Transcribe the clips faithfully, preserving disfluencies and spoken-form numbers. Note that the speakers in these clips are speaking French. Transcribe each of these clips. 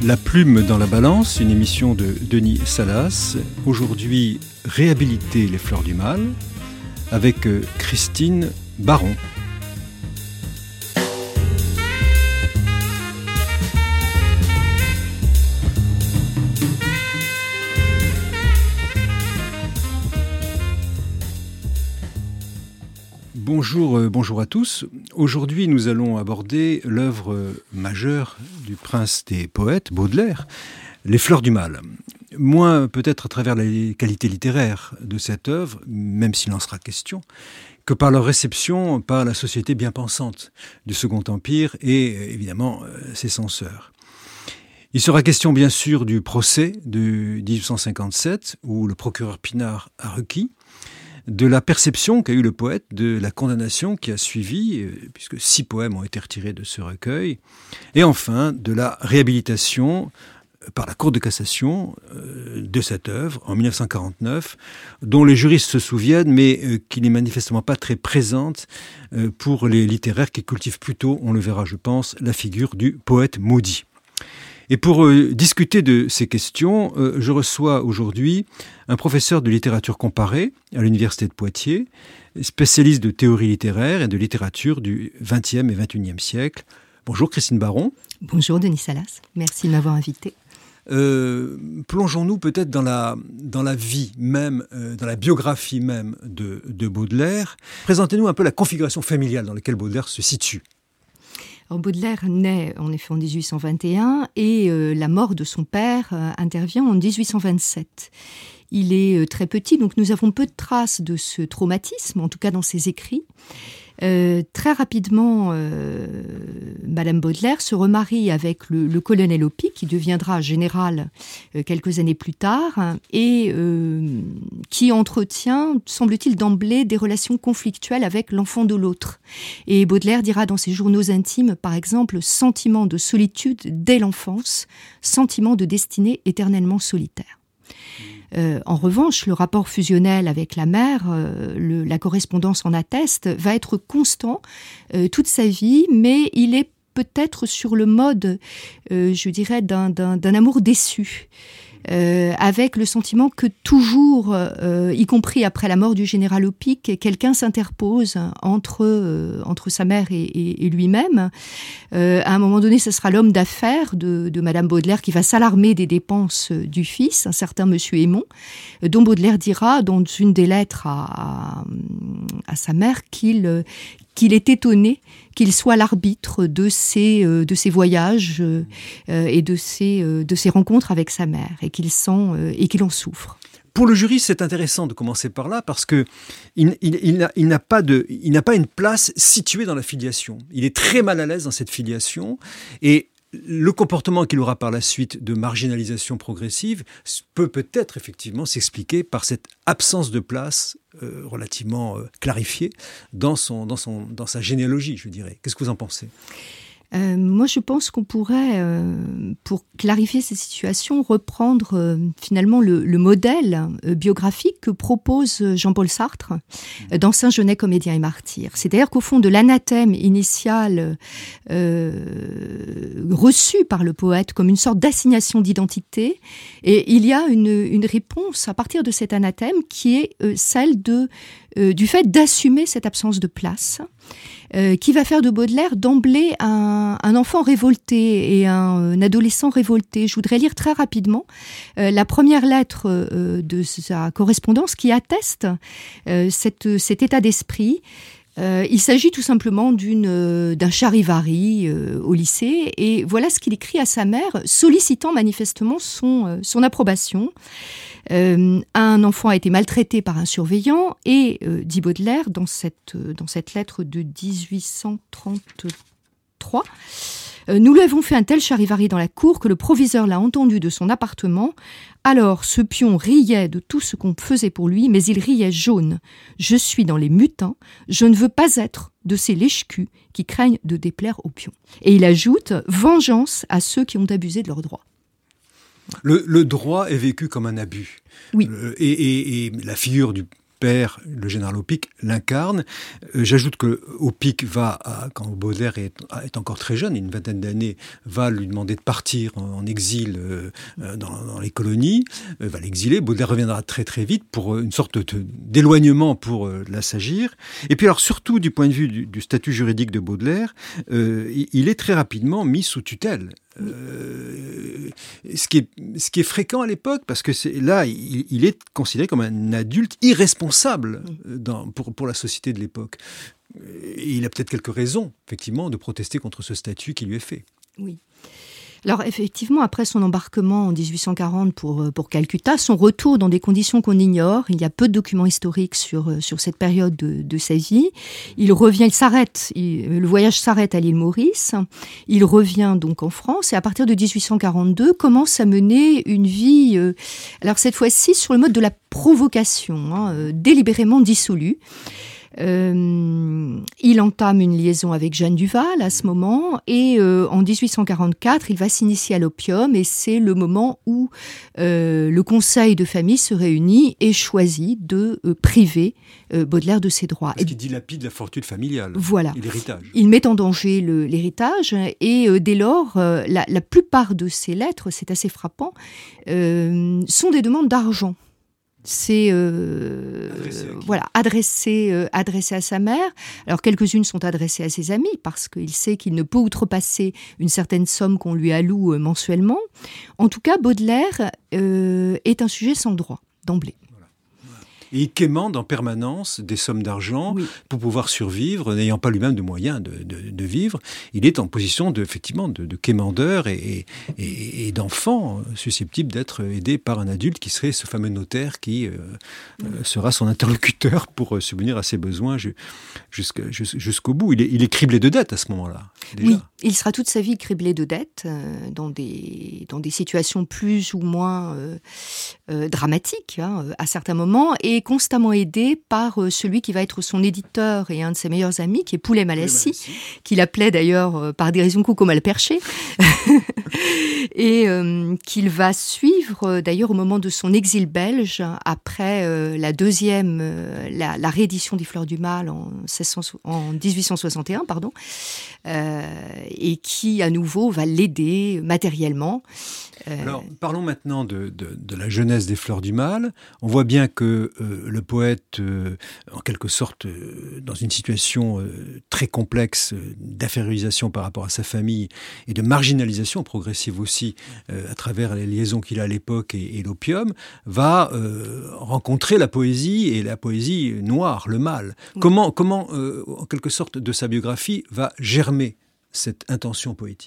La plume dans la balance, une émission de Denis Salas. Aujourd'hui, réhabiliter les fleurs du mal avec Christine Baron. Bonjour, euh, bonjour à tous. Aujourd'hui, nous allons aborder l'œuvre majeure du prince des poètes, Baudelaire, Les fleurs du mal. Moins peut-être à travers les qualités littéraires de cette œuvre, même s'il en sera question, que par leur réception par la société bien pensante du Second Empire et évidemment ses censeurs. Il sera question bien sûr du procès de dix-huit cent cinquante-sept où le procureur Pinard a requis, de la perception qu'a eu le poète, de la condamnation qui a suivi, puisque six poèmes ont été retirés de ce recueil, et enfin de la réhabilitation par la Cour de cassation de cette œuvre en dix-neuf cent quarante-neuf, dont les juristes se souviennent, mais qui n'est manifestement pas très présente pour les littéraires qui cultivent plutôt, on le verra je pense, la figure du poète maudit. Et pour euh, discuter de ces questions, euh, je reçois aujourd'hui un professeur de littérature comparée à l'Université de Poitiers, spécialiste de théorie littéraire et de littérature du vingtième et vingt et unième siècle. Bonjour Christine Baron. Bonjour Denis Salas, merci de m'avoir invité. Euh, plongeons-nous peut-être dans la, dans la vie même, euh, dans la biographie même de, de Baudelaire. Présentez-nous un peu la configuration familiale dans laquelle Baudelaire se situe. Alors Baudelaire naît en effet en dix-huit cent vingt et un et euh, la mort de son père euh, intervient en dix-huit cent vingt-sept. Il est euh, très petit, donc nous avons peu de traces de ce traumatisme, en tout cas dans ses écrits. Euh, très rapidement, euh, Madame Baudelaire se remarie avec le, le colonel Opie, qui deviendra général euh, quelques années plus tard, hein, et euh, qui entretient, semble-t-il, d'emblée des relations conflictuelles avec l'enfant de l'autre. Et Baudelaire dira dans ses journaux intimes, par exemple, « sentiment de solitude dès l'enfance, sentiment de destinée éternellement solitaire ». Euh, en revanche, le rapport fusionnel avec la mère, euh, le, la correspondance en atteste, va être constant euh, toute sa vie, mais il est peut-être sur le mode, euh, je dirais, d'un, d'un, d'un amour déçu. Euh, avec le sentiment que toujours, euh, y compris après la mort du général Opic, quelqu'un s'interpose entre, euh, entre sa mère et, et, et lui-même. Euh, à un moment donné, ce sera l'homme d'affaires de, de Madame Baudelaire qui va s'alarmer des dépenses du fils, un certain Monsieur Aymon, dont Baudelaire dira dans une des lettres à, à, à sa mère qu'il, qu'il est étonné qu'il soit l'arbitre de ses, euh, de ses voyages euh, et de ses, euh, de ses rencontres avec sa mère, et qu'il sent euh, et qu'il en souffre. Pour le juriste, c'est intéressant de commencer par là, parce que il, il, il, n'a, il, n'a pas de, il n'a pas une place située dans la filiation. Il est très mal à l'aise dans cette filiation, et le comportement qu'il aura par la suite de marginalisation progressive peut peut-être effectivement s'expliquer par cette absence de place euh, relativement euh, clarifiée dans, son, dans, son, dans sa généalogie, je dirais. Qu'est-ce que vous en pensez ? Euh, moi, je pense qu'on pourrait, euh, pour clarifier ces situations, reprendre euh, finalement le, le modèle euh, biographique que propose Jean-Paul Sartre euh, dans Saint-Genès, comédien et martyr. C'est-à-dire qu'au fond de l'anathème initial euh, reçu par le poète comme une sorte d'assignation d'identité, et il y a une, une réponse à partir de cet anathème qui est euh, celle de, euh, du fait d'assumer cette absence de place. Euh, qui va faire de Baudelaire d'emblée un, un enfant révolté et un, un adolescent révolté. Je voudrais lire très rapidement euh, la première lettre euh, de sa correspondance qui atteste euh, cette, cet état d'esprit. Euh, il s'agit tout simplement d'une, euh, d'un charivari euh, au lycée, et voilà ce qu'il écrit à sa mère, sollicitant manifestement son, euh, son approbation. Euh, un enfant a été maltraité par un surveillant, et, euh, dit Baudelaire, dans cette, euh, dans cette lettre de dix-huit cent trente-trois, euh, « Nous lui avons fait un tel charivari dans la cour que le proviseur l'a entendu de son appartement. Alors ce pion riait de tout ce qu'on faisait pour lui, mais il riait jaune. Je suis dans les mutins, je ne veux pas être de ces lèche-culs qui craignent de déplaire aux pions. » Et il ajoute « Vengeance à ceux qui ont abusé de leurs droits. » Le, le droit est vécu comme un abus. Oui. Le, et, et, et la figure du père, le général Opic, l'incarne. Euh, j'ajoute que Opic va, à, quand Baudelaire est, est encore très jeune, une vingtaine d'années, va lui demander de partir en, en exil euh, dans, dans les colonies, euh, va l'exiler. Baudelaire reviendra très très vite pour une sorte de, d'éloignement pour euh, l'assagir. Et puis alors surtout du point de vue du, du statut juridique de Baudelaire, euh, il est très rapidement mis sous tutelle. Euh, ce, qui est, ce qui est fréquent à l'époque, parce que c'est, là, il, il est considéré comme un adulte irresponsable dans, pour, pour la société de l'époque. Et il a peut-être quelques raisons, effectivement, de protester contre ce statut qui lui est fait. Oui. Alors effectivement, après son embarquement en dix-huit cent quarante pour, pour Calcutta, son retour dans des conditions qu'on ignore, il y a peu de documents historiques sur, sur cette période de, de sa vie. Il revient, il s'arrête, il, le voyage s'arrête à l'île Maurice, il revient donc en France et à partir de dix-huit cent quarante-deux commence à mener une vie, euh, alors cette fois-ci sur le mode de la provocation, hein, euh, délibérément dissolue. Euh, il entame une liaison avec Jeanne Duval à ce moment et euh, en dix-huit cent quarante-quatre, il va s'initier à l'opium et c'est le moment où euh, le conseil de famille se réunit et choisit de euh, priver euh, Baudelaire de ses droits. Parce qu'il dilapide la fortune familiale voilà. et l'héritage. Il met en danger le, l'héritage et euh, dès lors, euh, la, la plupart de ses lettres, c'est assez frappant, euh, sont des demandes d'argent. C'est euh, adressé voilà, adressé, euh, adressé à sa mère. Alors quelques-unes sont adressées à ses amis parce qu'il sait qu'il ne peut outrepasser une certaine somme qu'on lui alloue euh, mensuellement. En tout cas, Baudelaire euh, est un sujet sans droit d'emblée. Et il quémande en permanence des sommes d'argent oui. pour pouvoir survivre, n'ayant pas lui-même de moyens de, de, de vivre. Il est en position de, effectivement de, de quémandeur et, et, et d'enfant susceptible d'être aidé par un adulte qui serait ce fameux notaire qui euh, oui. euh, sera son interlocuteur pour euh, subvenir à ses besoins jusqu'à, jusqu'au bout. Il est, il est criblé de dettes à ce moment-là. Déjà. Oui, il sera toute sa vie criblé de dettes euh, dans, des, dans des situations plus ou moins euh, euh, dramatiques hein, à certains moments et constamment aidé par euh, celui qui va être son éditeur et un de ses meilleurs amis, qui est Poulet Malassi, qu'il appelait d'ailleurs euh, par dérision Coucou Malperché, et euh, qu'il va suivre euh, d'ailleurs au moment de son exil belge, après euh, la deuxième, euh, la, la réédition des Fleurs du Mal en, en dix-huit cent soixante et un, pardon, euh, et qui à nouveau va l'aider matériellement. Euh... Alors, parlons maintenant de, de, de la jeunesse des Fleurs du Mal. On voit bien que euh, le poète, euh, en quelque sorte, euh, dans une situation euh, très complexe euh, d'infériorisation par rapport à sa famille et de marginalisation progressive aussi, euh, à travers les liaisons qu'il a à l'époque et, et l'opium, va euh, rencontrer la poésie et la poésie noire, le mal. Oui. Comment, comment euh, en quelque sorte, de sa biographie va germer cette intention poétique ?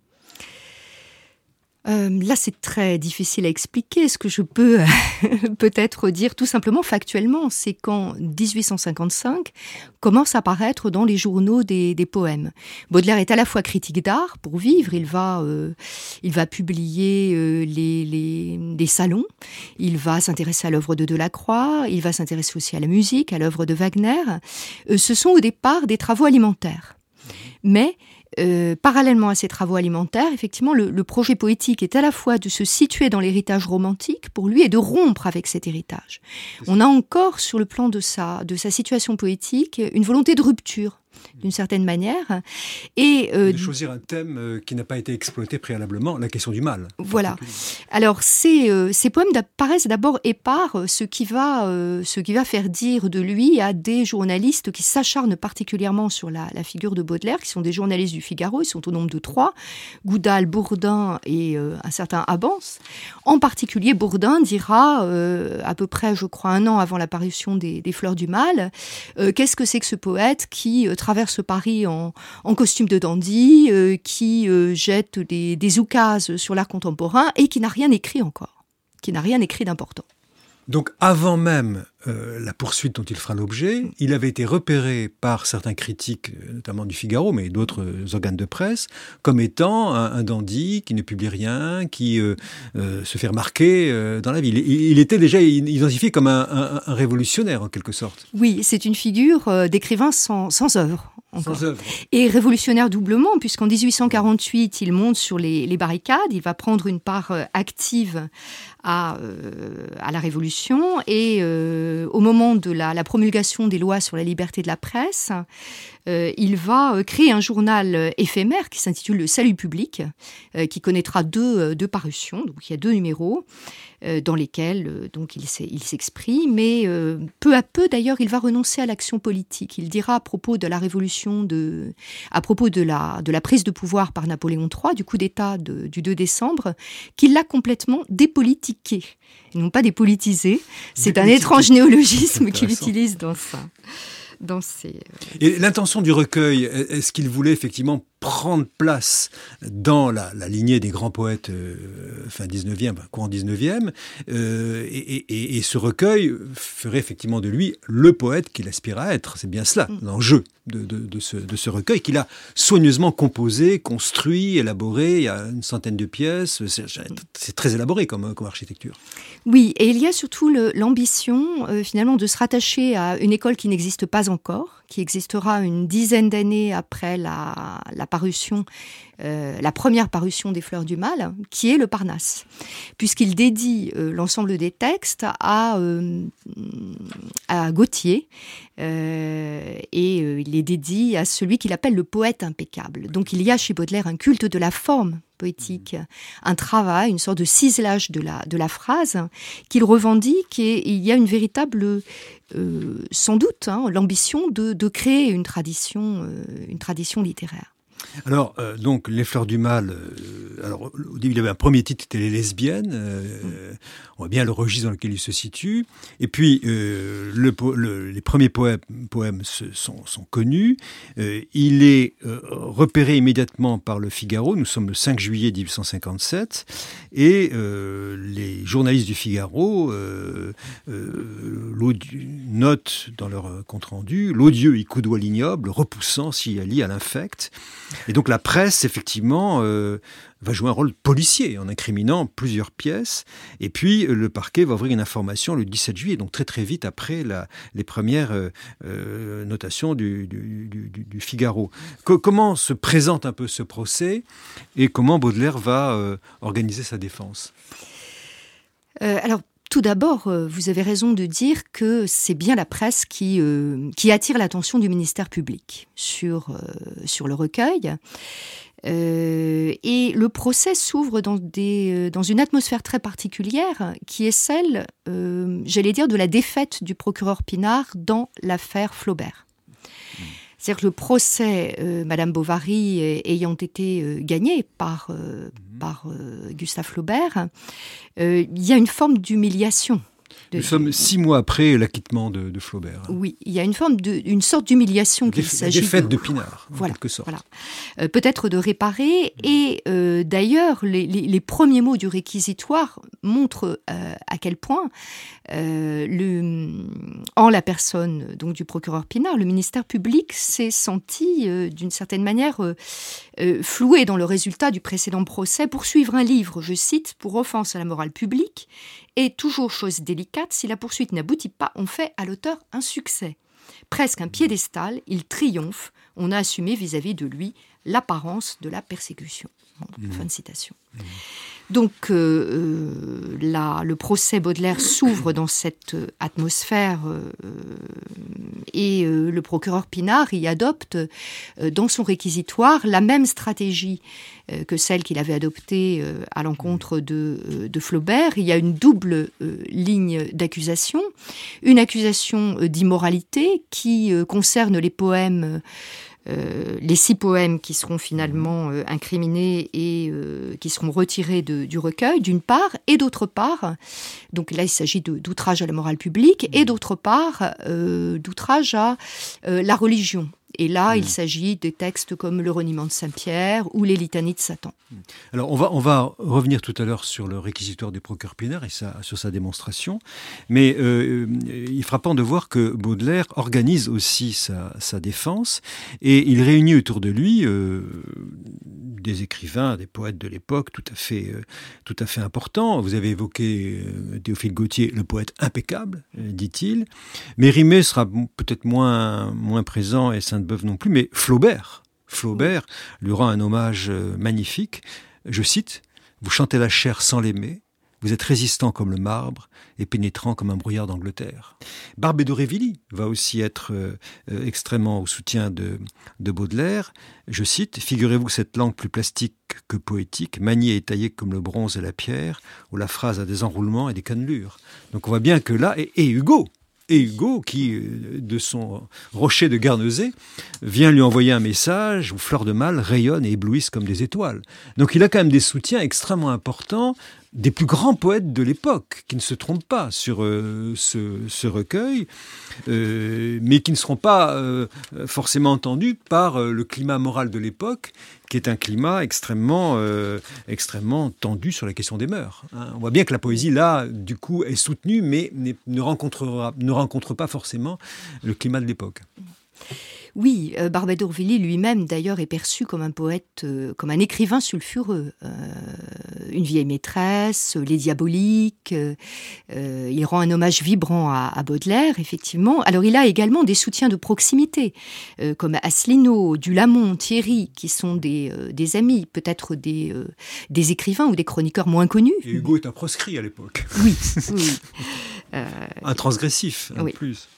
Euh, là, c'est très difficile à expliquer. Ce que je peux peut-être dire tout simplement factuellement, c'est qu'en dix-huit cent cinquante-cinq commence à apparaître dans les journaux des, des poèmes. Baudelaire est à la fois critique d'art pour vivre. Il va, euh, il va publier euh, les, les, les salons. Il va s'intéresser à l'œuvre de Delacroix. Il va s'intéresser aussi à la musique, à l'œuvre de Wagner. Euh, ce sont au départ des travaux alimentaires. Mais Euh, parallèlement à ces travaux alimentaires, effectivement, le, le projet poétique est à la fois de se situer dans l'héritage romantique pour lui et de rompre avec cet héritage. On a encore, sur le plan de sa, de sa situation poétique, une volonté de rupture, d'une certaine manière. Et euh, de choisir un thème euh, qui n'a pas été exploité préalablement, la question du mal. Voilà. Alors, ces, euh, ces poèmes paraissent d'abord épars, ce qui, va, euh, ce qui va faire dire de lui à des journalistes qui s'acharnent particulièrement sur la, la figure de Baudelaire, qui sont des journalistes du Figaro, ils sont au nombre de trois, Goudal, Bourdin et euh, un certain Abance. En particulier, Bourdin dira, euh, à peu près, je crois, un an avant l'apparition des, des Fleurs du Mal, euh, qu'est-ce que c'est que ce poète qui euh, traverse Paris en, en costume de dandy, euh, qui euh, jette des, des oukases sur l'art contemporain et qui n'a rien écrit encore, qui n'a rien écrit d'important. Donc avant même euh, la poursuite dont il fera l'objet, il avait été repéré par certains critiques, notamment du Figaro, mais d'autres euh, organes de presse, comme étant un, un dandy qui ne publie rien, qui euh, euh, se fait remarquer euh, dans la ville. Il, il était déjà identifié comme un, un, un révolutionnaire, en quelque sorte. Oui, c'est une figure euh, d'écrivain sans, sans œuvre. Sans œuvre. Et révolutionnaire doublement, puisqu'en dix-huit cent quarante-huit, il monte sur les, les barricades, il va prendre une part euh, active à, euh, à la Révolution, et euh, euh, au moment de la, la promulgation des lois sur la liberté de la presse, euh, il va créer un journal éphémère qui s'intitule Le Salut public, euh, qui connaîtra deux, deux parutions, donc il y a deux numéros, euh, dans lesquels euh, donc il, il s'exprime, mais euh, peu à peu d'ailleurs il va renoncer à l'action politique. Il dira à propos de la révolution, de, à propos de la, de la prise de pouvoir par Napoléon trois, du coup d'État de, du deux décembre, qu'il l'a complètement dépolitiqué, et non pas dépolitisé. C'est un étrange néologisme qu'il utilise dans ça. Dans ces... Et l'intention du recueil, est-ce qu'il voulait effectivement prendre place dans la, la lignée des grands poètes euh, fin dix-neuvième, courant dix-neuvième, euh, et, et, et ce recueil ferait effectivement de lui le poète qu'il aspire à être. C'est bien cela, mmh. l'enjeu de, de, de, ce, de ce recueil qu'il a soigneusement composé, construit, élaboré. Il y a une centaine de pièces. C'est, c'est très élaboré comme, comme architecture. Oui, et il y a surtout le, l'ambition euh, finalement de se rattacher à une école qui n'existe pas encore, qui existera une dizaine d'années après la, la parution, euh, la première parution des Fleurs du Mal, qui est le Parnasse, puisqu'il dédie euh, l'ensemble des textes à, euh, à Gautier, euh, et euh, il les dédie à celui qu'il appelle le poète impeccable. Donc il y a chez Baudelaire un culte de la forme poétique, un travail, une sorte de ciselage de la, de la phrase qu'il revendique, et il y a une véritable, euh, sans doute, hein, l'ambition de, de créer une tradition, euh, une tradition littéraire. Alors, euh, donc, Les Fleurs du Mal, euh, alors, au début, il y avait un premier titre, c'était Les Lesbiennes. Euh, mm. On voit bien le registre dans lequel il se situe. Et puis, euh, le, le, les premiers poèmes, poèmes sont, sont connus. Euh, il est euh, repéré immédiatement par le Figaro. Nous sommes le cinq juillet dix-huit cent cinquante-sept. Et euh, les journalistes du Figaro euh, euh, notent dans leur compte-rendu « L'odieux y coudoie l'ignoble, repoussant s'y allie à l'infect ». Et donc la presse, effectivement, euh, va jouer un rôle policier en incriminant plusieurs pièces. Et puis le parquet va ouvrir une information le dix-sept juillet, donc très très vite après la, les premières euh, euh, notations du, du, du, du Figaro. Co- comment se présente un peu ce procès et comment Baudelaire va euh, organiser sa défense ? euh, Alors, tout d'abord, vous avez raison de dire que c'est bien la presse qui, euh, qui attire l'attention du ministère public sur, euh, sur le recueil. Euh, et le procès s'ouvre dans, des, dans une atmosphère très particulière qui est celle, euh, j'allais dire, de la défaite du procureur Pinard dans l'affaire Flaubert. C'est-à-dire que le procès, euh, Madame Bovary euh, ayant été euh, gagné par, euh, mmh. par euh, Gustave Flaubert, euh, il y a une forme d'humiliation. De, Nous sommes six mois après l'acquittement de, de Flaubert. Oui, il y a une forme de, une sorte d'humiliation qu'il Déf- s'agit défaite de, de Pinard, en voilà, quelque sorte. Voilà. Euh, peut-être de réparer. Mmh. Et euh, d'ailleurs, les, les, les premiers mots du réquisitoire montrent euh, à quel point, euh, le, en la personne donc du procureur Pinard, le ministère public s'est senti euh, d'une certaine manière euh, euh, floué dans le résultat du précédent procès pour suivre un livre, je cite, pour offense à la morale publique. Et toujours chose délicate, si la poursuite n'aboutit pas, on fait à l'auteur un succès. Presque un piédestal, il triomphe, on a assumé vis-à-vis de lui l'apparence de la persécution. Bon, mmh. Fin de citation. Mmh. Donc, euh, la, le procès Baudelaire s'ouvre dans cette atmosphère euh, et euh, le procureur Pinard y adopte euh, dans son réquisitoire la même stratégie euh, que celle qu'il avait adoptée euh, à l'encontre de, euh, de Flaubert. Il y a une double euh, ligne d'accusation, une accusation euh, d'immoralité qui euh, concerne les poèmes Euh, les six poèmes qui seront finalement euh, incriminés et euh, qui seront retirés de, du recueil, d'une part, et d'autre part, donc là il s'agit de, d'outrage à la morale publique, et d'autre part, euh, d'outrage à euh, la religion. Et là, mmh. il s'agit des textes comme le Reniement de Saint-Pierre ou les litanies de Satan. Alors, on va, on va revenir tout à l'heure sur le réquisitoire du procureur Pinard et sa, sur sa démonstration. Mais euh, il est frappant de voir que Baudelaire organise aussi sa, sa défense et il réunit autour de lui euh, des écrivains, des poètes de l'époque tout à fait, euh, tout à fait importants. Vous avez évoqué euh, Théophile Gautier, le poète impeccable, euh, dit-il. Mérimée sera peut-être moins, moins présent et Sainte-Beuve non plus, mais Flaubert, Flaubert lui rend un hommage magnifique. Je cite « Vous chantez la chair sans l'aimer, Vous êtes résistant comme le marbre et pénétrant comme un brouillard d'Angleterre. Barbey d'Aurevilly va aussi être euh, euh, extrêmement au soutien de, de Baudelaire. Je cite, « Figurez-vous cette langue plus plastique que poétique, maniée et taillée comme le bronze et la pierre, où la phrase a des enroulements et des cannelures. » Donc on voit bien que là, et, et Hugo, et Hugo qui, de son rocher de Guernesey, vient lui envoyer un message où Fleur de Mal rayonne et éblouissent comme des étoiles. Donc il a quand même des soutiens extrêmement importants des plus grands poètes de l'époque, qui ne se trompent pas sur euh, ce, ce recueil, euh, mais qui ne seront pas euh, forcément entendus par euh, le climat moral de l'époque, qui est un climat extrêmement, euh, extrêmement tendu sur la question des mœurs. Hein. On voit bien que la poésie, là, du coup, est soutenue, mais ne rencontrera, ne rencontre pas forcément le climat de l'époque. Oui, euh, Barbey d'Aurevilly lui-même, d'ailleurs, est perçu comme un poète, euh, comme un écrivain sulfureux. Euh, une vieille maîtresse, Les Diaboliques. Euh, euh, il rend un hommage vibrant à, à Baudelaire, effectivement. Alors, il a également des soutiens de proximité, euh, comme Asselineau, Dulamont, Thierry, qui sont des, euh, des amis, peut-être des, euh, des écrivains ou des chroniqueurs moins connus. Et Hugo est un proscrit à l'époque. Oui, oui. Euh, un transgressif, en oui. plus.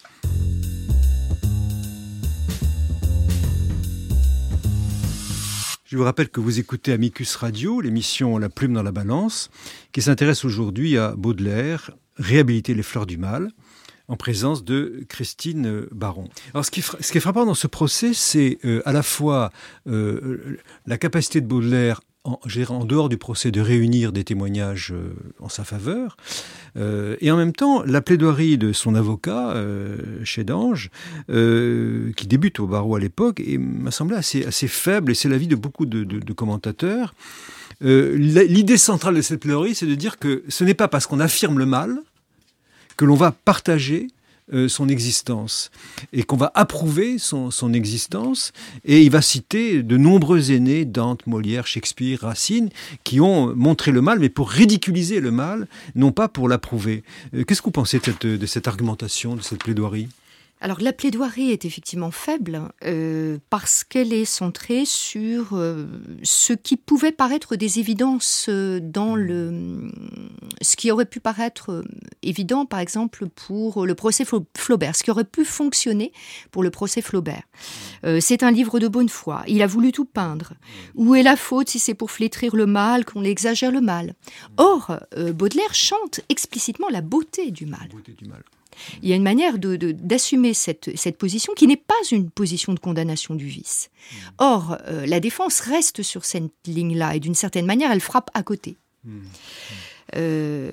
Je vous rappelle que vous écoutez Amicus Radio, l'émission La Plume dans la Balance, qui s'intéresse aujourd'hui à Baudelaire, Réhabiliter les fleurs du mal, en présence de Christine Baron. Alors, ce qui, ce qui est frappant dans ce procès, c'est euh, à la fois euh, la capacité de Baudelaire, en, en dehors du procès, de réunir des témoignages euh, en sa faveur, euh, et en même temps, la plaidoirie de son avocat, euh, Chédange, euh, qui débute au barreau à l'époque, et m'a semblé assez, assez faible, et c'est l'avis de beaucoup de, de, de commentateurs. Euh, l'idée centrale de cette plaidoirie, c'est de dire que ce n'est pas parce qu'on affirme le mal que l'on va partager euh, son existence et qu'on va approuver son, son existence. Et il va citer de nombreux aînés, Dante, Molière, Shakespeare, Racine, qui ont montré le mal, mais pour ridiculiser le mal, non pas pour l'approuver. Euh, qu'est-ce que vous pensez de cette, de cette argumentation, de cette plaidoirie ? Alors la plaidoirie est effectivement faible euh, parce qu'elle est centrée sur euh, ce qui pouvait paraître des évidences euh, dans le... Ce qui aurait pu paraître euh, évident, par exemple, pour le procès Flaubert, ce qui aurait pu fonctionner pour le procès Flaubert. Euh, c'est un livre de bonne foi, il a voulu tout peindre. Où est la faute si c'est pour flétrir le mal qu'on exagère le mal ? Or, euh, Baudelaire chante explicitement la beauté du mal. Beauté du mal. Il y a une manière de, de, d'assumer cette, cette position qui n'est pas une position de condamnation du vice. Or, euh, la défense reste sur cette ligne-là et d'une certaine manière, elle frappe à côté. Mmh. Euh...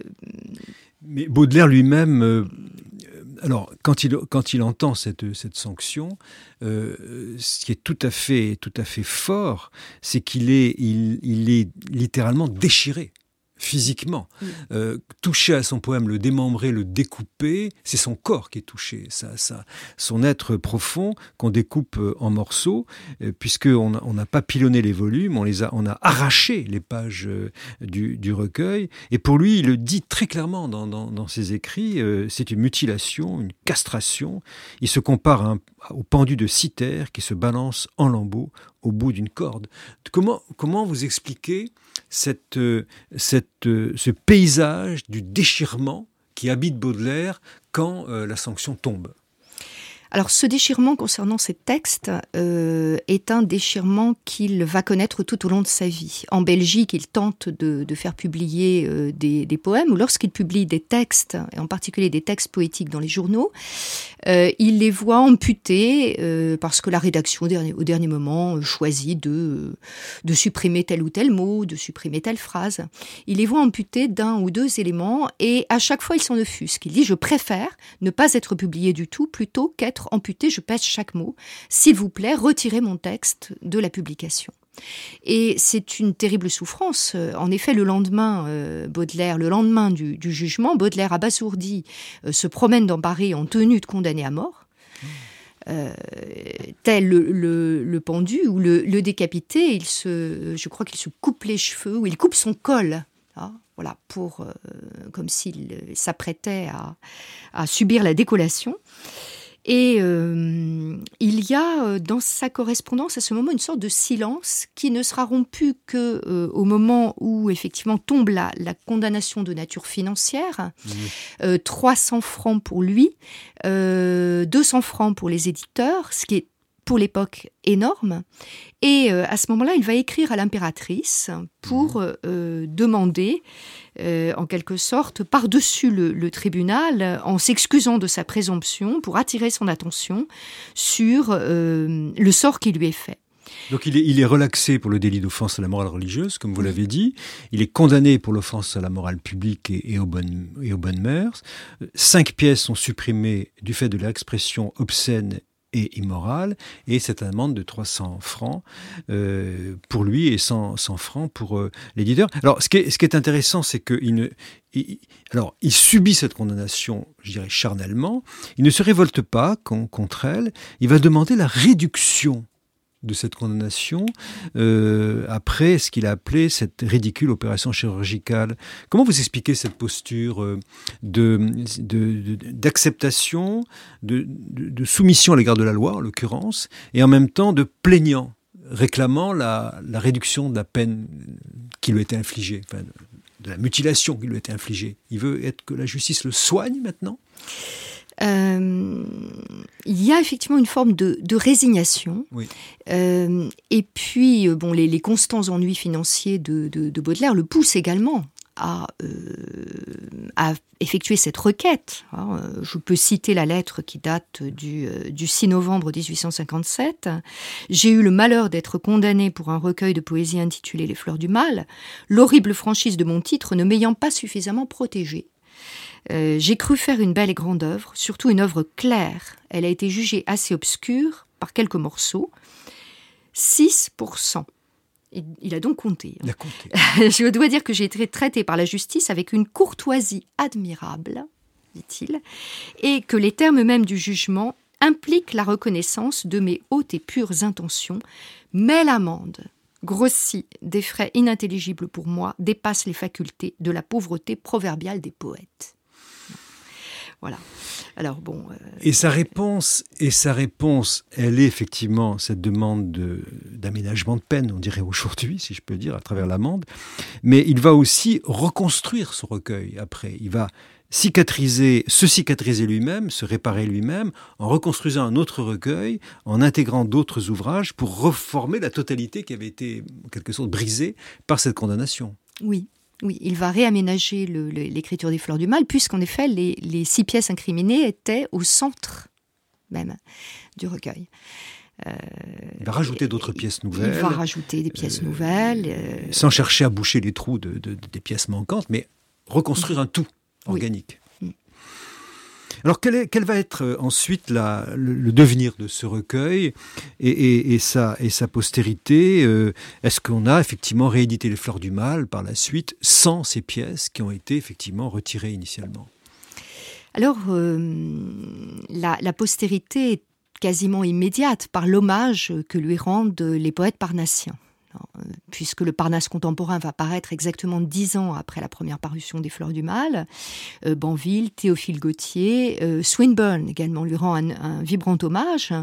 Mais Baudelaire lui-même, euh, alors quand il, quand il entend cette, cette sanction, euh, ce qui est tout à fait, tout à fait fort, c'est qu'il est, il, il est littéralement déchiré. Physiquement, mmh. euh, toucher à son poème, le démembrer, le découper, c'est son corps qui est touché, ça, ça, son être profond qu'on découpe en morceaux, euh, puisqu'on n'a on pas pilonné les volumes, on, les a, on a arraché les pages euh, du, du recueil, et pour lui, il le dit très clairement dans, dans, dans ses écrits, euh, c'est une mutilation, une castration. Il se compare à un, au pendu de Cythère qui se balance en lambeaux au bout d'une corde. Comment, comment vous expliquez cette, cette, ce paysage du déchirement qui habite Baudelaire quand euh, la sanction tombe ? Alors, ce déchirement concernant ces textes euh, est un déchirement qu'il va connaître tout au long de sa vie. En Belgique, il tente de, de faire publier euh, des, des poèmes, ou lorsqu'il publie des textes, et en particulier des textes poétiques dans les journaux, euh, il les voit amputés euh, parce que la rédaction, au dernier, au dernier moment, choisit de, de supprimer tel ou tel mot, de supprimer telle phrase. Il les voit amputés d'un ou deux éléments, et à chaque fois, il s'en offusque. Il dit « Je préfère ne pas être publié du tout plutôt qu'être amputé, je pèse chaque mot. S'il vous plaît, retirez mon texte de la publication. » Et c'est une terrible souffrance. En effet, le lendemain, euh, Baudelaire, le lendemain du, du jugement, Baudelaire, abasourdi, euh, se promène dans Paris en tenue de condamné à mort. Euh, tel le, le, le pendu ou le, le décapité, il se, je crois qu'il se coupe les cheveux ou il coupe son col. Hein, voilà, pour, euh, comme s'il s'apprêtait à, à subir la décollation. Et euh, il y a dans sa correspondance à ce moment une sorte de silence qui ne sera rompu que euh, au moment où effectivement tombe la, la condamnation de nature financière. Mmh. Euh, trois cents francs pour lui, euh, deux cents francs pour les éditeurs, ce qui est pour l'époque énorme. Et euh, à ce moment-là, il va écrire à l'impératrice pour mmh. euh, demander, euh, en quelque sorte, par-dessus le, le tribunal, en s'excusant de sa présomption, pour attirer son attention sur euh, le sort qui lui est fait. Donc il est, il est relaxé pour le délit d'offense à la morale religieuse, comme vous l'avez dit. Il est condamné pour l'offense à la morale publique et, et, aux bonnes, et aux bonnes mœurs. Cinq pièces sont supprimées du fait de l'expression obscène et immorale, et cette amende de trois cents francs euh, pour lui et cent, cent francs pour euh, l'éditeur. Alors, ce qui est, ce qui est intéressant, c'est qu'il ne, il, alors, il subit cette condamnation, je dirais, charnellement. Il ne se révolte pas con, contre elle. Il va demander la réduction de cette condamnation euh, après ce qu'il a appelé cette ridicule opération chirurgicale. Comment vous expliquez cette posture euh, de, de, de, d'acceptation, de, de, de soumission à l'égard de la loi, en l'occurrence, et en même temps de plaignant, réclamant la, la réduction de la peine qui lui était infligée, enfin, de la mutilation qui lui était infligée. Il veut être que la justice le soigne maintenant ? Euh, il y a effectivement une forme de, de résignation. Oui. Euh, et puis, bon, les, les constants ennuis financiers de, de, de Baudelaire le poussent également à, euh, à effectuer cette requête. Alors, je peux citer la lettre qui date du, du six novembre dix-huit cent cinquante-sept. « J'ai eu le malheur d'être condamné pour un recueil de poésie intitulé « Les fleurs du mal », l'horrible franchise de mon titre ne m'ayant pas suffisamment protégé. Euh, j'ai cru faire une belle et grande œuvre, surtout une œuvre claire. Elle a été jugée assez obscure par quelques morceaux. six pour cent. Il, il a donc compté. Il a compté. Je dois dire que j'ai été traité par la justice avec une courtoisie admirable, dit-il, et que les termes mêmes du jugement impliquent la reconnaissance de mes hautes et pures intentions, mais l'amende, grossie des frais inintelligibles pour moi, dépasse les facultés de la pauvreté proverbiale des poètes. Voilà. Alors bon. Euh, et sa réponse, et sa réponse, elle est effectivement cette demande de, d'aménagement de peine, on dirait aujourd'hui, si je peux dire, à travers l'amende. Mais il va aussi reconstruire son recueil après. Il va cicatriser, se cicatriser lui-même, se réparer lui-même, en reconstruisant un autre recueil, en intégrant d'autres ouvrages pour reformer la totalité qui avait été, en quelque sorte, brisée par cette condamnation. Oui. Oui, il va réaménager le, le, l'écriture des Fleurs du Mal, puisqu'en effet, les, les six pièces incriminées étaient au centre même du recueil. Euh, il va rajouter d'autres pièces nouvelles. Il va rajouter des pièces euh, nouvelles. Euh, sans chercher à boucher les trous de, de, de, des pièces manquantes, mais reconstruire un tout organique. Oui. Alors, quel, est, quel va être euh, ensuite la, le, le devenir de ce recueil et, et, et, sa, et sa postérité euh, Est-ce qu'on a effectivement réédité Les Fleurs du Mal par la suite, sans ces pièces qui ont été effectivement retirées initialement ? Alors, euh, la, la postérité est quasiment immédiate par l'hommage que lui rendent les poètes parnassiens. Puisque le Parnasse contemporain va paraître exactement dix ans après la première parution des Fleurs du Mal, euh, Banville, Théophile Gautier, euh, Swinburne également lui rend un, un vibrant hommage.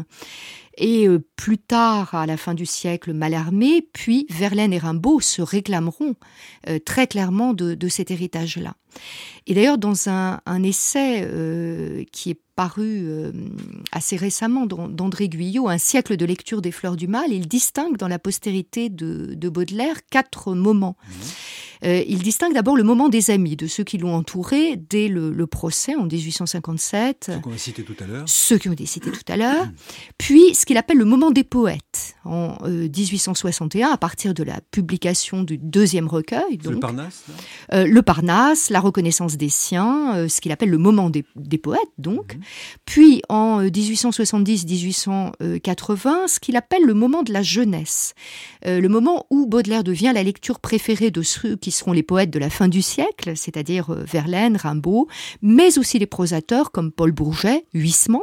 Et euh, plus tard, à la fin du siècle, Mallarmé, puis Verlaine et Rimbaud se réclameront euh, très clairement de, de cet héritage-là. Et d'ailleurs, dans un, un essai euh, qui est paru euh, assez récemment d'André Guyot, Un siècle de lecture des Fleurs du Mal, il distingue dans la postérité de, de Baudelaire quatre moments. Mmh. Euh, il distingue d'abord le moment des amis, de ceux qui l'ont entouré dès le, le procès en dix-huit cent cinquante-sept. Ceux qu'on a cités tout à l'heure. Ceux qui ont été cités tout à l'heure. Mmh. Puis ce qu'il appelle le moment des poètes en euh, dix-huit cent soixante et un, à partir de la publication du deuxième recueil. Donc, le Parnasse euh, Le Parnasse, la reconnaissance des siens, euh, ce qu'il appelle le moment des, des poètes, donc. Mmh. Puis en dix-huit cent soixante-dix dix-huit cent quatre-vingts, ce qu'il appelle le moment de la jeunesse, euh, le moment où Baudelaire devient la lecture préférée de ceux qui seront les poètes de la fin du siècle, c'est-à-dire euh, Verlaine, Rimbaud, mais aussi les prosateurs comme Paul Bourget, Huysmans.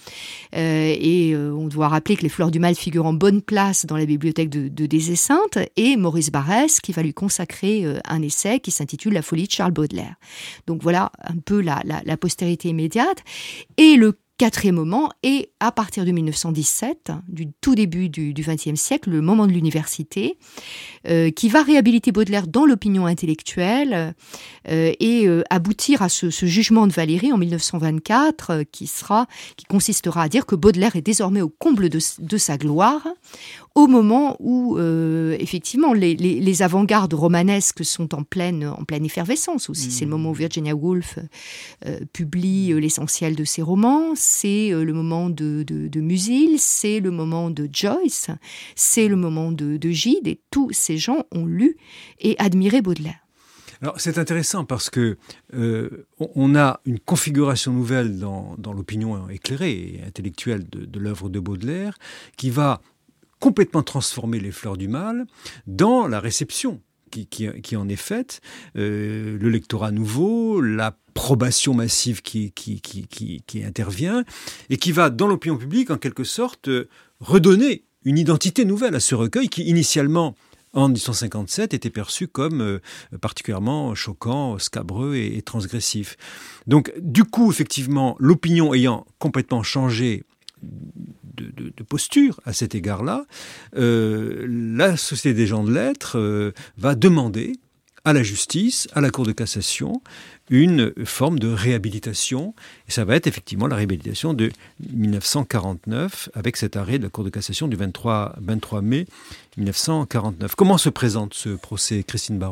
Euh, et euh, on doit rappeler que les Fleurs du Mal figurent en bonne place dans la bibliothèque de, de Des-Esseintes, et Maurice Barrès qui va lui consacrer euh, un essai qui s'intitule La folie de Charles Baudelaire. Donc voilà un peu la, la, la postérité immédiate. Et le quatrième moment est, à partir de mille neuf cent dix-sept, du tout début du vingtième siècle, le moment de l'université, euh, qui va réhabiliter Baudelaire dans l'opinion intellectuelle euh, et euh, aboutir à ce, ce jugement de Valéry en mille neuf cent vingt-quatre, euh, qui, sera, qui consistera à dire que Baudelaire est désormais au comble de, de sa gloire, au moment où, euh, effectivement, les, les, les avant-gardes romanesques sont en pleine, en pleine effervescence aussi. Mmh. C'est le moment où Virginia Woolf euh, publie euh, l'essentiel de ses romans, c'est euh, le moment de, de, de Musil, c'est le moment de Joyce, c'est le moment de, de Gide, et tous ces gens ont lu et admiré Baudelaire. Alors, c'est intéressant parce que euh, on a une configuration nouvelle dans, dans l'opinion éclairée et intellectuelle de, de l'œuvre de Baudelaire qui va complètement transformer Les Fleurs du Mal dans la réception qui, qui, qui en est faite, euh, le lectorat nouveau, l'approbation massive qui, qui, qui, qui, qui intervient et qui va, dans l'opinion publique, en quelque sorte, redonner une identité nouvelle à ce recueil qui, initialement, en dix-huit cent cinquante-sept, était perçu comme euh, particulièrement choquant, scabreux et, et transgressif. Donc, du coup, effectivement, l'opinion ayant complètement changé De, de, de posture à cet égard-là, euh, la Société des gens de lettres euh, va demander à la justice, à la Cour de cassation, une forme de réhabilitation. Et ça va être effectivement la réhabilitation de mille neuf cent quarante-neuf, avec cet arrêt de la Cour de cassation du vingt-trois mai mille neuf cent quarante-neuf. Comment se présente ce procès, Christine Baron ?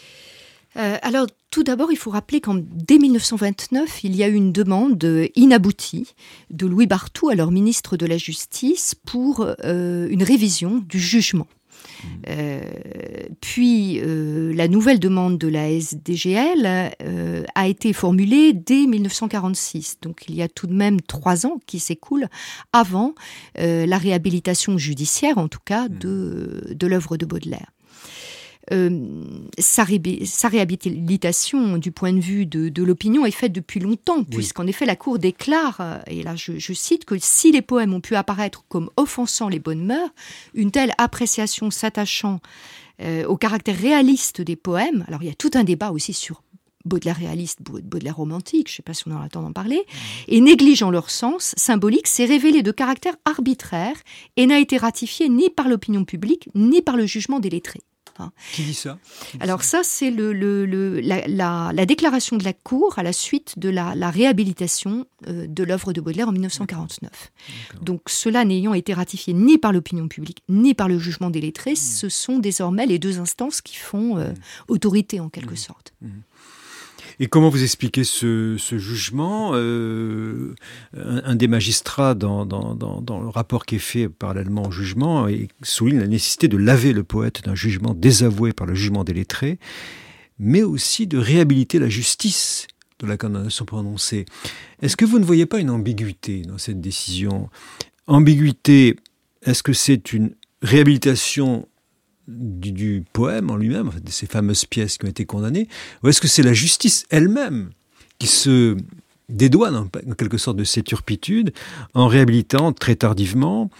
Euh, alors, tout d'abord, il faut rappeler qu'en dès mille neuf cent vingt-neuf, il y a eu une demande inaboutie de Louis Barthou, alors ministre de la Justice, pour euh, une révision du jugement. Mmh. Euh, puis, euh, la nouvelle demande de la S D G L euh, a été formulée dès mille neuf cent quarante-six. Donc, il y a tout de même trois ans qui s'écoulent avant euh, la réhabilitation judiciaire, en tout cas, de, de l'œuvre de Baudelaire. Euh, sa, ré- sa réhabilitation du point de vue de, de l'opinion est faite depuis longtemps, oui. Puisqu'en effet la Cour déclare, et là je, je cite, que si les poèmes ont pu apparaître comme offensant les bonnes mœurs, une telle appréciation s'attachant euh, au caractère réaliste des poèmes, alors il y a tout un débat aussi sur Baudelaire réaliste, Baudelaire romantique, je ne sais pas si on aura le temps d'en parler, et négligeant leur sens symbolique, s'est révélé de caractère arbitraire et n'a été ratifié ni par l'opinion publique, ni par le jugement des lettrés. Qui dit ça ? Qui dit Alors ça, ça c'est le, le, le, la, la, la déclaration de la Cour à la suite de la, la réhabilitation euh, de l'œuvre de Baudelaire en mille neuf cent quarante-neuf. D'accord. Donc cela n'ayant été ratifié ni par l'opinion publique, ni par le jugement des lettrés, mmh. ce sont désormais les deux instances qui font euh, mmh. autorité en quelque mmh. sorte. Mmh. Et comment vous expliquez ce, ce jugement ? euh, un, un des magistrats, dans, dans, dans, dans le rapport qui est fait parallèlement au jugement, souligne la nécessité de laver le poète d'un jugement désavoué par le jugement des lettrés, mais aussi de réhabiliter la justice de la condamnation prononcée. Est-ce que vous ne voyez pas une ambiguïté dans cette décision ? Ambiguïté, est-ce que c'est une réhabilitation Du, du poème en lui-même, de ces fameuses pièces qui ont été condamnées, ou est-ce que c'est la justice elle-même qui se dédouane en, en quelque sorte de ces turpitudes en réhabilitant très tardivement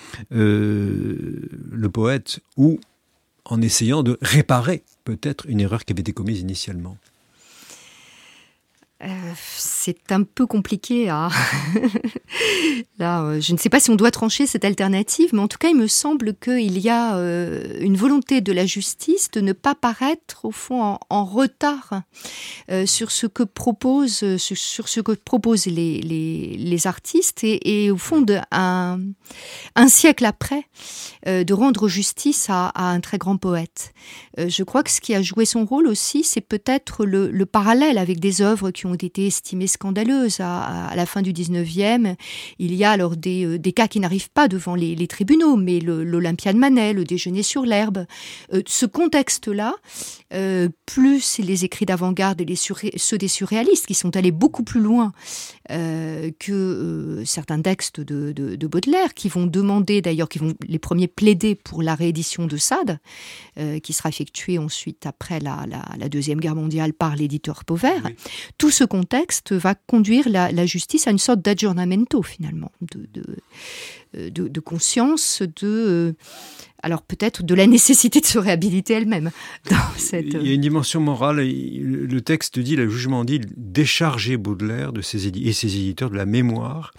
euh, le poète ou en essayant de réparer peut-être une erreur qui avait été commise initialement ? Euh, c'est un peu compliqué à... Là, euh, je ne sais pas si on doit trancher cette alternative, mais en tout cas, il me semble qu'il y a euh, une volonté de la justice de ne pas paraître, au fond, en, en retard euh, sur ce que proposent, sur, sur ce que proposent les, les, les artistes et, et au fond, de, un, un siècle après, euh, de rendre justice à, à un très grand poète. Euh, je crois que ce qui a joué son rôle aussi, c'est peut-être le, le parallèle avec des œuvres qui ont été estimées scandaleuses à, à la fin du dix-neuvième. Il y a alors des, euh, des cas qui n'arrivent pas devant les, les tribunaux, mais le, l'Olympia de Manet, le Déjeuner sur l'herbe. Euh, ce contexte-là, euh, plus les écrits d'avant-garde et les surré- ceux des surréalistes, qui sont allés beaucoup plus loin euh, que euh, certains textes de, de, de Baudelaire, qui vont demander d'ailleurs, qui vont les premiers plaider pour la réédition de Sade, euh, qui sera effectuée ensuite après la, la, la Deuxième Guerre mondiale par l'éditeur Pauvert. Oui. Tout ce contexte va conduire la, la justice à une sorte d'aggiornamento, finalement, de, de, de, de conscience, de, alors peut-être de la nécessité de se réhabiliter elle-même. Dans cette... Il y a une dimension morale. Le texte dit, le jugement dit, décharger Baudelaire de ses édi- et ses éditeurs de la mémoire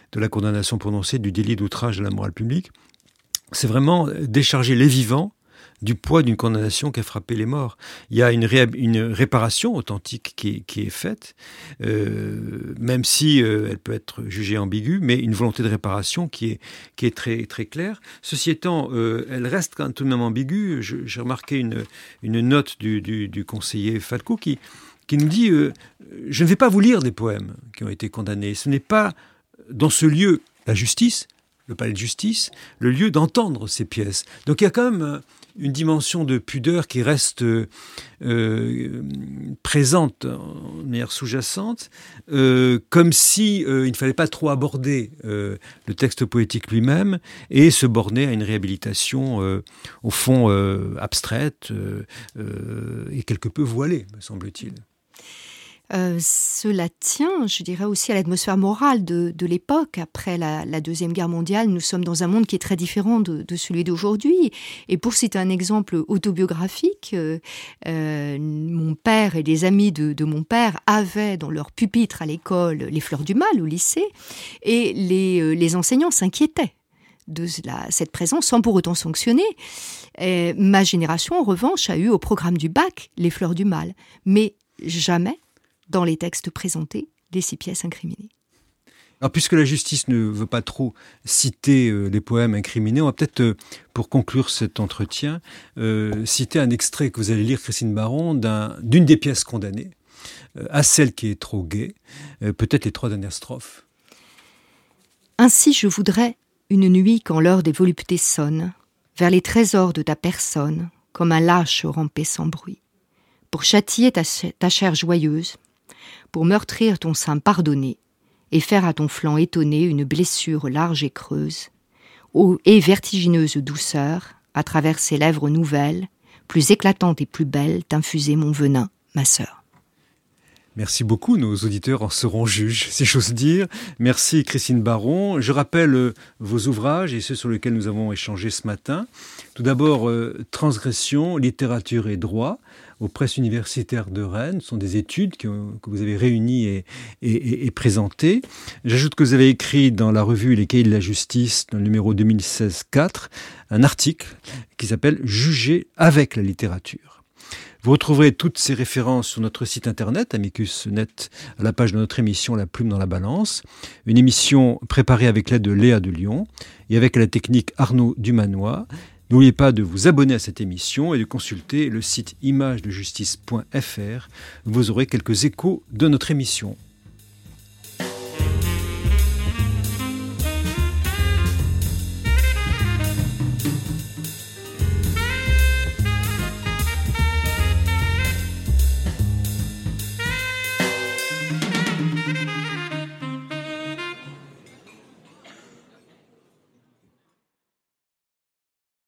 de la condamnation prononcée du délit d'outrage à la morale publique. C'est vraiment décharger les vivants du poids d'une condamnation qui a frappé les morts. Il y a une, ré, une réparation authentique qui est, qui est faite, euh, même si euh, elle peut être jugée ambiguë, mais une volonté de réparation qui est, qui est très, très claire. Ceci étant, euh, elle reste quand même tout de même ambiguë. Je, j'ai remarqué une, une note du, du, du conseiller Falco qui, qui nous dit euh, « Je ne vais pas vous lire des poèmes qui ont été condamnés. Ce n'est pas dans ce lieu, la justice, le palais de justice, le lieu d'entendre ces pièces. » Donc il y a quand même une dimension de pudeur qui reste euh, présente, de manière sous-jacente, euh, comme si euh, il ne fallait pas trop aborder euh, le texte poétique lui-même et se borner à une réhabilitation, euh, au fond, euh, abstraite euh, euh, et quelque peu voilée, me semble-t-il. Euh, cela tient, je dirais, aussi à l'atmosphère morale de, de l'époque. Après la, la Deuxième Guerre mondiale, nous sommes dans un monde qui est très différent de, de celui d'aujourd'hui. Et pour citer un exemple autobiographique, euh, euh, mon père et les amis de, de mon père avaient dans leur pupitre à l'école les fleurs du mal au lycée, et les, euh, les enseignants s'inquiétaient de la, cette présence sans pour autant sanctionner. Et ma génération, en revanche, a eu au programme du bac les fleurs du mal, mais jamais dans les textes présentés, les six pièces incriminées. Alors, puisque la justice ne veut pas trop citer euh, les poèmes incriminés, on va peut-être, euh, pour conclure cet entretien, euh, citer un extrait que vous allez lire, Christine Baron, d'un, d'une des pièces condamnées, euh, à celle qui est trop gaie, euh, peut-être les trois dernières strophes. Ainsi je voudrais, une nuit quand l'heure des voluptés sonne, vers les trésors de ta personne, comme un lâche ramper sans bruit, pour châtier ta, ta chair joyeuse, pour meurtrir ton sein pardonné et faire à ton flanc étonné une blessure large et creuse, ô et vertigineuse douceur, à travers ces lèvres nouvelles, plus éclatantes et plus belles, t'infuser mon venin, ma sœur. Merci beaucoup, nos auditeurs en seront juges, si j'ose dire. Merci Christine Baron. Je rappelle euh, vos ouvrages et ceux sur lesquels nous avons échangé ce matin. Tout d'abord, euh, Transgression, littérature et droit, aux presses universitaires de Rennes. Ce sont des études que, que vous avez réunies et, et, et, et présentées. J'ajoute que vous avez écrit dans la revue Les Cahiers de la Justice, dans le numéro deux mille seize quatre, un article qui s'appelle « Juger avec la littérature ». Vous retrouverez toutes ces références sur notre site internet, Amicus point net, à la page de notre émission La Plume dans la Balance. Une émission préparée avec l'aide de Léa de Lyon et avec la technique Arnaud Dumanois. N'oubliez pas de vous abonner à cette émission et de consulter le site image de justice point f r. Vous aurez quelques échos de notre émission.